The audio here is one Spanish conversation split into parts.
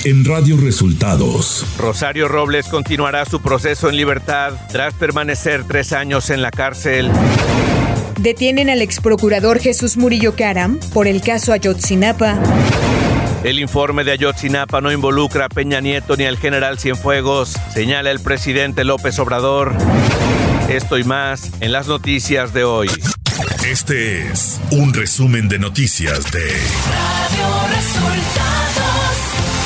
en Radio Resultados. Rosario Robles continuará su proceso en libertad tras permanecer 3 años en la cárcel. Detienen al exprocurador Jesús Murillo Caram por el caso Ayotzinapa. El informe de Ayotzinapa no involucra a Peña Nieto ni al general Cienfuegos, señala el presidente López Obrador. Esto y más en las noticias de hoy. Este es un resumen de noticias de Radio Resultados.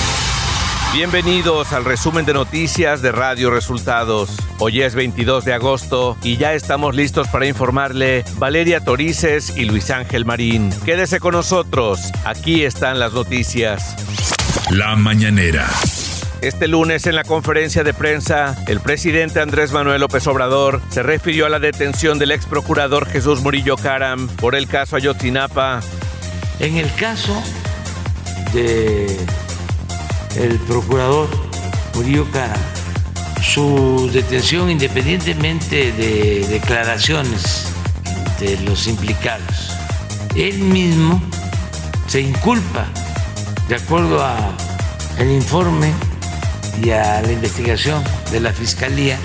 Bienvenidos al resumen de noticias de Radio Resultados. Hoy es 22 de agosto y ya estamos listos para informarle Valeria Torices y Luis Ángel Marín. Quédese con nosotros, aquí están las noticias. La mañanera. Este lunes en la conferencia de prensa, el presidente Andrés Manuel López Obrador se refirió a la detención del ex procurador Jesús Murillo Caram por el caso Ayotzinapa. En el caso de el procurador Murillo Caram, su detención, independientemente de declaraciones de los implicados, él mismo se inculpa de acuerdo al informe y a la investigación de la Fiscalía.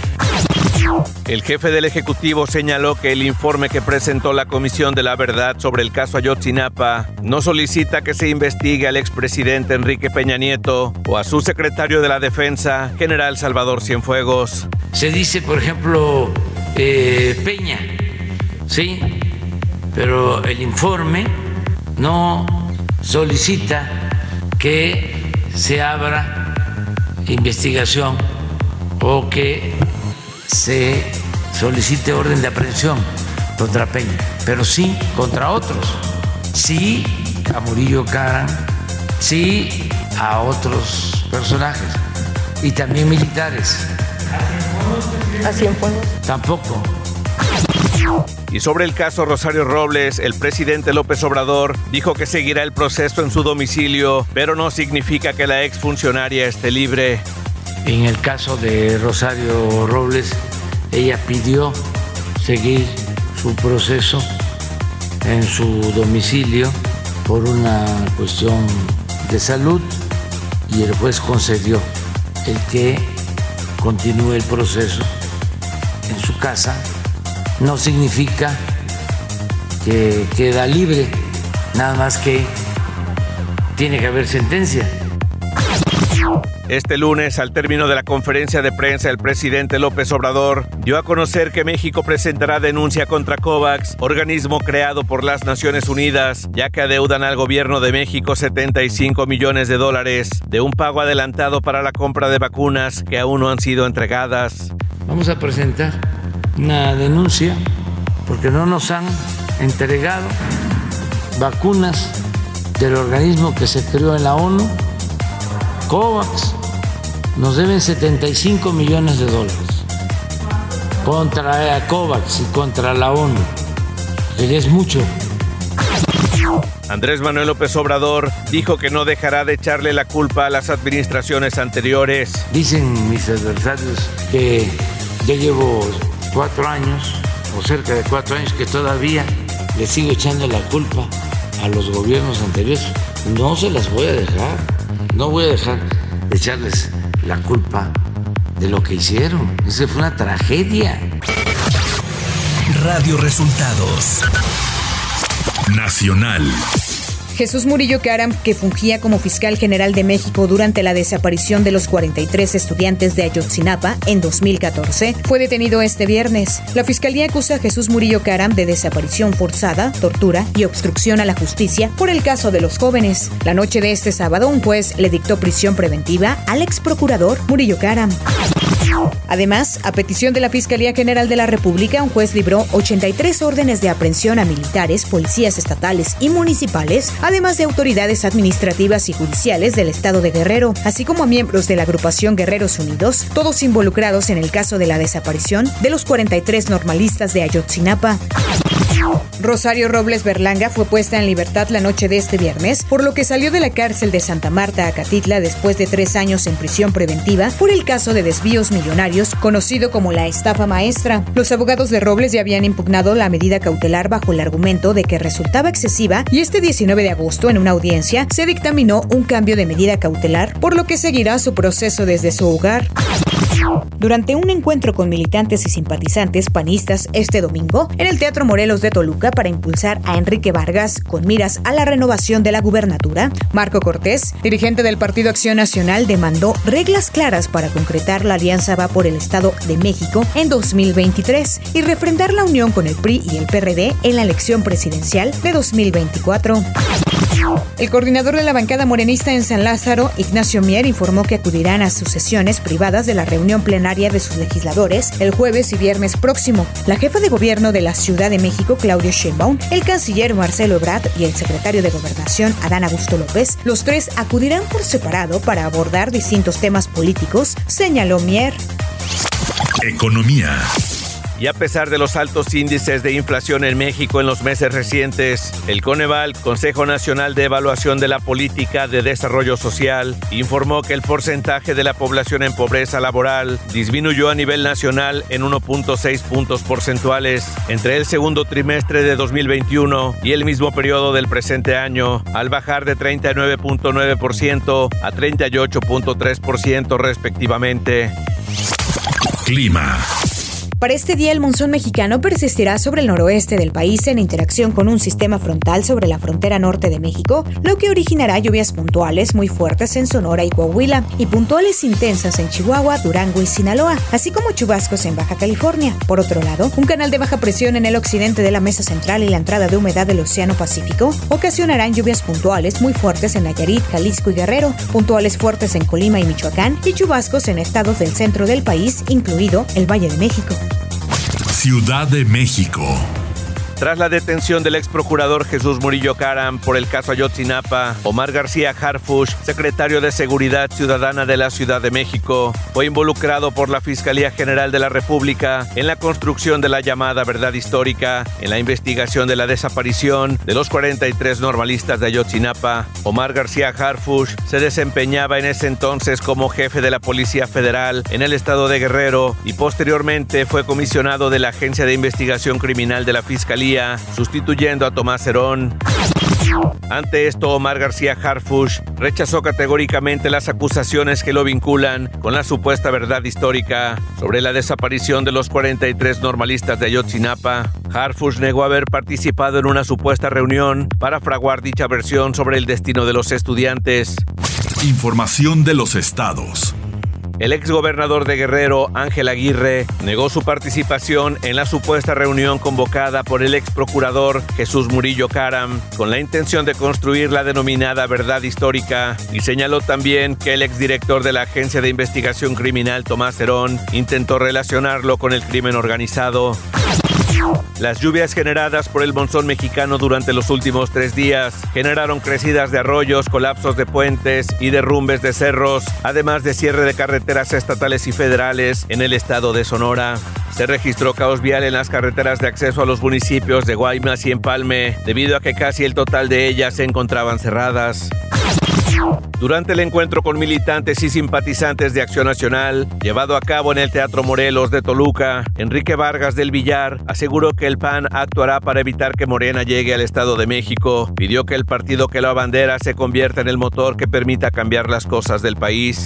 El jefe del Ejecutivo señaló que el informe que presentó la Comisión de la Verdad sobre el caso Ayotzinapa no solicita que se investigue al expresidente Enrique Peña Nieto o a su secretario de la Defensa, general Salvador Cienfuegos. Se dice, por ejemplo, Peña, sí, pero el informe no solicita que se abra investigación o que se solicite orden de aprehensión contra Peña, pero sí contra otros, sí a Murillo Caram, sí a otros personajes y también militares. ¿A Cienfuegos? Tampoco. Y sobre el caso Rosario Robles, el presidente López Obrador dijo que seguirá el proceso en su domicilio, pero no significa que la exfuncionaria esté libre. En el caso de Rosario Robles, ella pidió seguir su proceso en su domicilio por una cuestión de salud y el juez concedió el que continúe el proceso en su casa. No significa que queda libre, nada más que tiene que haber sentencia. Este lunes, al término de la conferencia de prensa, el presidente López Obrador dio a conocer que México presentará denuncia contra COVAX, organismo creado por las Naciones Unidas, ya que adeudan al gobierno de México $75 millones de un pago adelantado para la compra de vacunas que aún no han sido entregadas. Vamos a presentar una denuncia porque no nos han entregado vacunas del organismo que se creó en la ONU, COVAX. Nos deben $75 millones contra COVAX y contra la ONU, que es mucho. Andrés Manuel López Obrador dijo que no dejará de echarle la culpa a las administraciones anteriores. Dicen mis adversarios que ya llevo 4 años, o cerca de 4 años, que todavía le sigo echando la culpa a los gobiernos anteriores. No se las voy a dejar, no voy a dejar de echarles la culpa de lo que hicieron. Esa fue una tragedia. Radio Resultados Nacional. Jesús Murillo Caram, que fungía como fiscal general de México durante la desaparición de los 43 estudiantes de Ayotzinapa en 2014, fue detenido este viernes. La fiscalía acusa a Jesús Murillo Caram de desaparición forzada, tortura y obstrucción a la justicia por el caso de los jóvenes. La noche de este sábado, un juez le dictó prisión preventiva al exprocurador Murillo Caram. Además, a petición de la Fiscalía General de la República, un juez libró 83 órdenes de aprehensión a militares, policías estatales y municipales, además de autoridades administrativas y judiciales del estado de Guerrero, así como a miembros de la agrupación Guerreros Unidos, todos involucrados en el caso de la desaparición de los 43 normalistas de Ayotzinapa. Rosario Robles Berlanga fue puesta en libertad la noche de este viernes, por lo que salió de la cárcel de Santa Marta, Acatitla, después de 3 años en prisión preventiva por el caso de desvíos millonarios, conocido como la estafa maestra. Los abogados de Robles ya habían impugnado la medida cautelar bajo el argumento de que resultaba excesiva y este 19 de agosto, en una audiencia, se dictaminó un cambio de medida cautelar, por lo que seguirá su proceso desde su hogar. Durante un encuentro con militantes y simpatizantes panistas este domingo en el Teatro Morelos de Toluca para impulsar a Enrique Vargas con miras a la renovación de la gubernatura, Marco Cortés, dirigente del Partido Acción Nacional, demandó reglas claras para concretar la alianza Va por el Estado de México en 2023 y refrendar la unión con el PRI y el PRD en la elección presidencial de 2024. El coordinador de la bancada morenista en San Lázaro, Ignacio Mier, informó que acudirán a sus sesiones privadas de la reunión plenaria de sus legisladores el jueves y viernes próximo. La jefa de gobierno de la Ciudad de México, Claudia Sheinbaum, el canciller Marcelo Ebrard y el secretario de Gobernación, Adán Augusto López, los tres acudirán por separado para abordar distintos temas políticos, señaló Mier. Economía. Y a pesar de los altos índices de inflación en México en los meses recientes, el Coneval, Consejo Nacional de Evaluación de la Política de Desarrollo Social, informó que el porcentaje de la población en pobreza laboral disminuyó a nivel nacional en 1.6 puntos porcentuales entre el segundo trimestre de 2021 y el mismo periodo del presente año, al bajar de 39.9% a 38.3% respectivamente. Clima. Para este día, el monzón mexicano persistirá sobre el noroeste del país en interacción con un sistema frontal sobre la frontera norte de México, lo que originará lluvias puntuales muy fuertes en Sonora y Coahuila y puntuales intensas en Chihuahua, Durango y Sinaloa, así como chubascos en Baja California. Por otro lado, un canal de baja presión en el occidente de la Mesa Central y la entrada de humedad del Océano Pacífico ocasionarán lluvias puntuales muy fuertes en Nayarit, Jalisco y Guerrero, puntuales fuertes en Colima y Michoacán y chubascos en estados del centro del país, incluido el Valle de México. Ciudad de México. Tras la detención del ex procurador Jesús Murillo Caram por el caso Ayotzinapa, Omar García Harfuch, secretario de Seguridad Ciudadana de la Ciudad de México, fue involucrado por la Fiscalía General de la República en la construcción de la llamada verdad histórica en la investigación de la desaparición de los 43 normalistas de Ayotzinapa. Omar García Harfuch se desempeñaba en ese entonces como jefe de la Policía Federal en el estado de Guerrero y posteriormente fue comisionado de la Agencia de Investigación Criminal de la Fiscalía, sustituyendo a Tomás Herón. Ante esto, Omar García Harfuch rechazó categóricamente las acusaciones que lo vinculan con la supuesta verdad histórica sobre la desaparición de los 43 normalistas de Ayotzinapa. Harfuch negó haber participado en una supuesta reunión para fraguar dicha versión sobre el destino de los estudiantes. Información de los estados. El exgobernador de Guerrero, Ángel Aguirre, negó su participación en la supuesta reunión convocada por el exprocurador Jesús Murillo Caram con la intención de construir la denominada verdad histórica y señaló también que el exdirector de la Agencia de Investigación Criminal, Tomás Herón, intentó relacionarlo con el crimen organizado. Las lluvias generadas por el monzón mexicano durante los últimos 3 días generaron crecidas de arroyos, colapsos de puentes y derrumbes de cerros, además de cierre de carreteras estatales y federales en el estado de Sonora. Se registró caos vial en las carreteras de acceso a los municipios de Guaymas y Empalme, debido a que casi el total de ellas se encontraban cerradas. Durante el encuentro con militantes y simpatizantes de Acción Nacional, llevado a cabo en el Teatro Morelos de Toluca, Enrique Vargas del Villar aseguró que el PAN actuará para evitar que Morena llegue al Estado de México. Pidió que el partido que lo abandera se convierta en el motor que permita cambiar las cosas del país.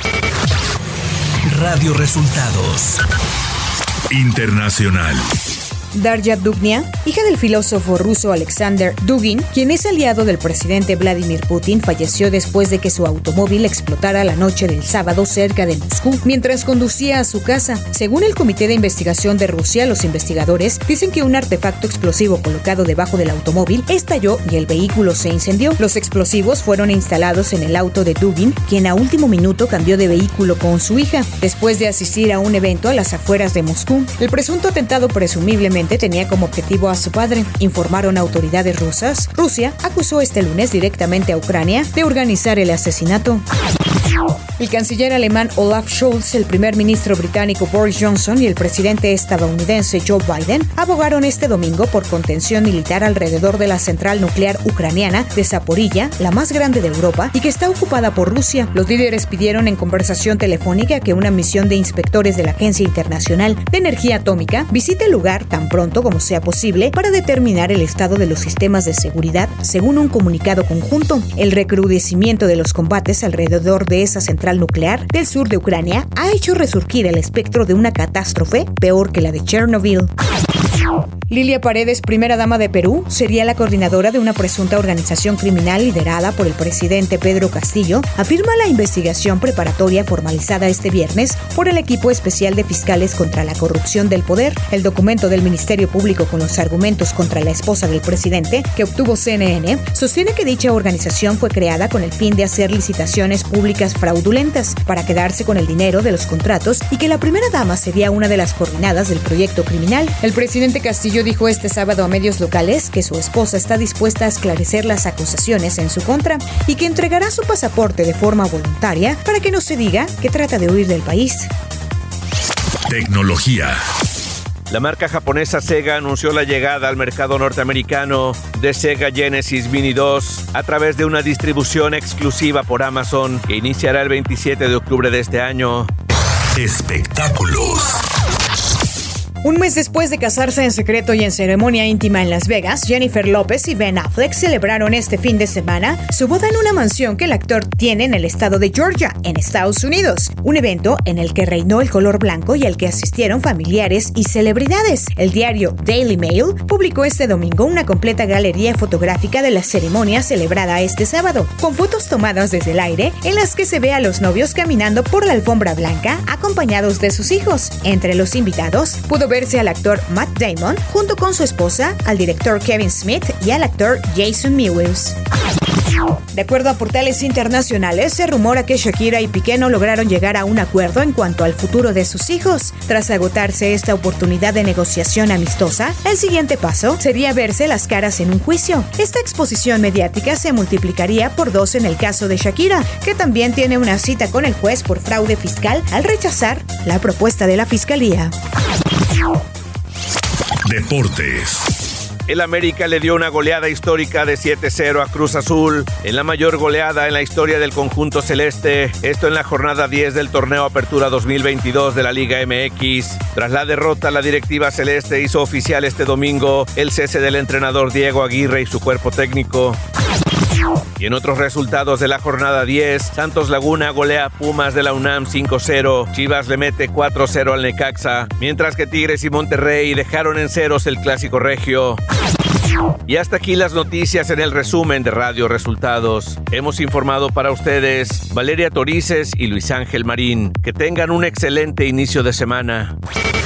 Radio Resultados Internacional. Darya Dugnia, hija del filósofo ruso Alexander Dugin, quien es aliado del presidente Vladimir Putin, falleció después de que su automóvil explotara la noche del sábado cerca de Moscú mientras conducía a su casa. Según el Comité de Investigación de Rusia, los investigadores dicen que un artefacto explosivo colocado debajo del automóvil estalló y el vehículo se incendió. Los explosivos fueron instalados en el auto de Dugin, quien a último minuto cambió de vehículo con su hija, después de asistir a un evento a las afueras de Moscú. El presunto atentado presumiblemente tenía como objetivo a su padre, informaron autoridades rusas. Rusia acusó este lunes directamente a Ucrania de organizar el asesinato. El canciller alemán Olaf Scholz, el primer ministro británico Boris Johnson y el presidente estadounidense Joe Biden abogaron este domingo por contención militar alrededor de la central nuclear ucraniana de Zaporilla, la más grande de Europa y que está ocupada por Rusia. Los líderes pidieron en conversación telefónica que una misión de inspectores de la Agencia Internacional de Energía Atómica visite el lugar tan pronto como sea posible para determinar el estado de los sistemas de seguridad, según un comunicado conjunto. El recrudecimiento de los combates alrededor de esa central nuclear del sur de Ucrania ha hecho resurgir el espectro de una catástrofe peor que la de Chernobyl. Lilia Paredes, primera dama de Perú, sería la coordinadora de una presunta organización criminal liderada por el presidente Pedro Castillo, afirma la investigación preparatoria formalizada este viernes por el equipo especial de fiscales contra la corrupción del poder. El documento del Ministerio Público con los argumentos contra la esposa del presidente, que obtuvo CNN, sostiene que dicha organización fue creada con el fin de hacer licitaciones públicas fraudulentas para quedarse con el dinero de los contratos y que la primera dama sería una de las coordinadas del proyecto criminal. El presidente Castillo dijo este sábado a medios locales que su esposa está dispuesta a esclarecer las acusaciones en su contra y que entregará su pasaporte de forma voluntaria para que no se diga que trata de huir del país. Tecnología. La marca japonesa Sega anunció la llegada al mercado norteamericano de Sega Genesis Mini 2 a través de una distribución exclusiva por Amazon que iniciará el 27 de octubre de este año. Espectáculos. Un mes después de casarse en secreto y en ceremonia íntima en Las Vegas, Jennifer López y Ben Affleck celebraron este fin de semana su boda en una mansión que el actor tiene en el estado de Georgia, en Estados Unidos. Un evento en el que reinó el color blanco y al que asistieron familiares y celebridades. El diario Daily Mail publicó este domingo una completa galería fotográfica de la ceremonia celebrada este sábado, con fotos tomadas desde el aire en las que se ve a los novios caminando por la alfombra blanca acompañados de sus hijos. Entre los invitados pudo verse al actor Matt Damon junto con su esposa, al director Kevin Smith y al actor Jason Mewes. De acuerdo a portales internacionales, se rumora que Shakira y Piqué no lograron llegar a un acuerdo en cuanto al futuro de sus hijos. Tras agotarse esta oportunidad de negociación amistosa, el siguiente paso sería verse las caras en un juicio. Esta exposición mediática se multiplicaría por 2 en el caso de Shakira, que también tiene una cita con el juez por fraude fiscal al rechazar la propuesta de la fiscalía. Deportes. El América le dio una goleada histórica de 7-0 a Cruz Azul, en la mayor goleada en la historia del conjunto celeste, esto en la jornada 10 del torneo Apertura 2022 de la Liga MX. Tras la derrota, la directiva celeste hizo oficial este domingo el cese del entrenador Diego Aguirre y su cuerpo técnico. Y en otros resultados de la jornada 10, Santos Laguna golea a Pumas de la UNAM 5-0, Chivas le mete 4-0 al Necaxa, mientras que Tigres y Monterrey dejaron en ceros el Clásico Regio. Y hasta aquí las noticias en el resumen de Radio Resultados. Hemos informado para ustedes Valeria Torices y Luis Ángel Marín. Que tengan un excelente inicio de semana.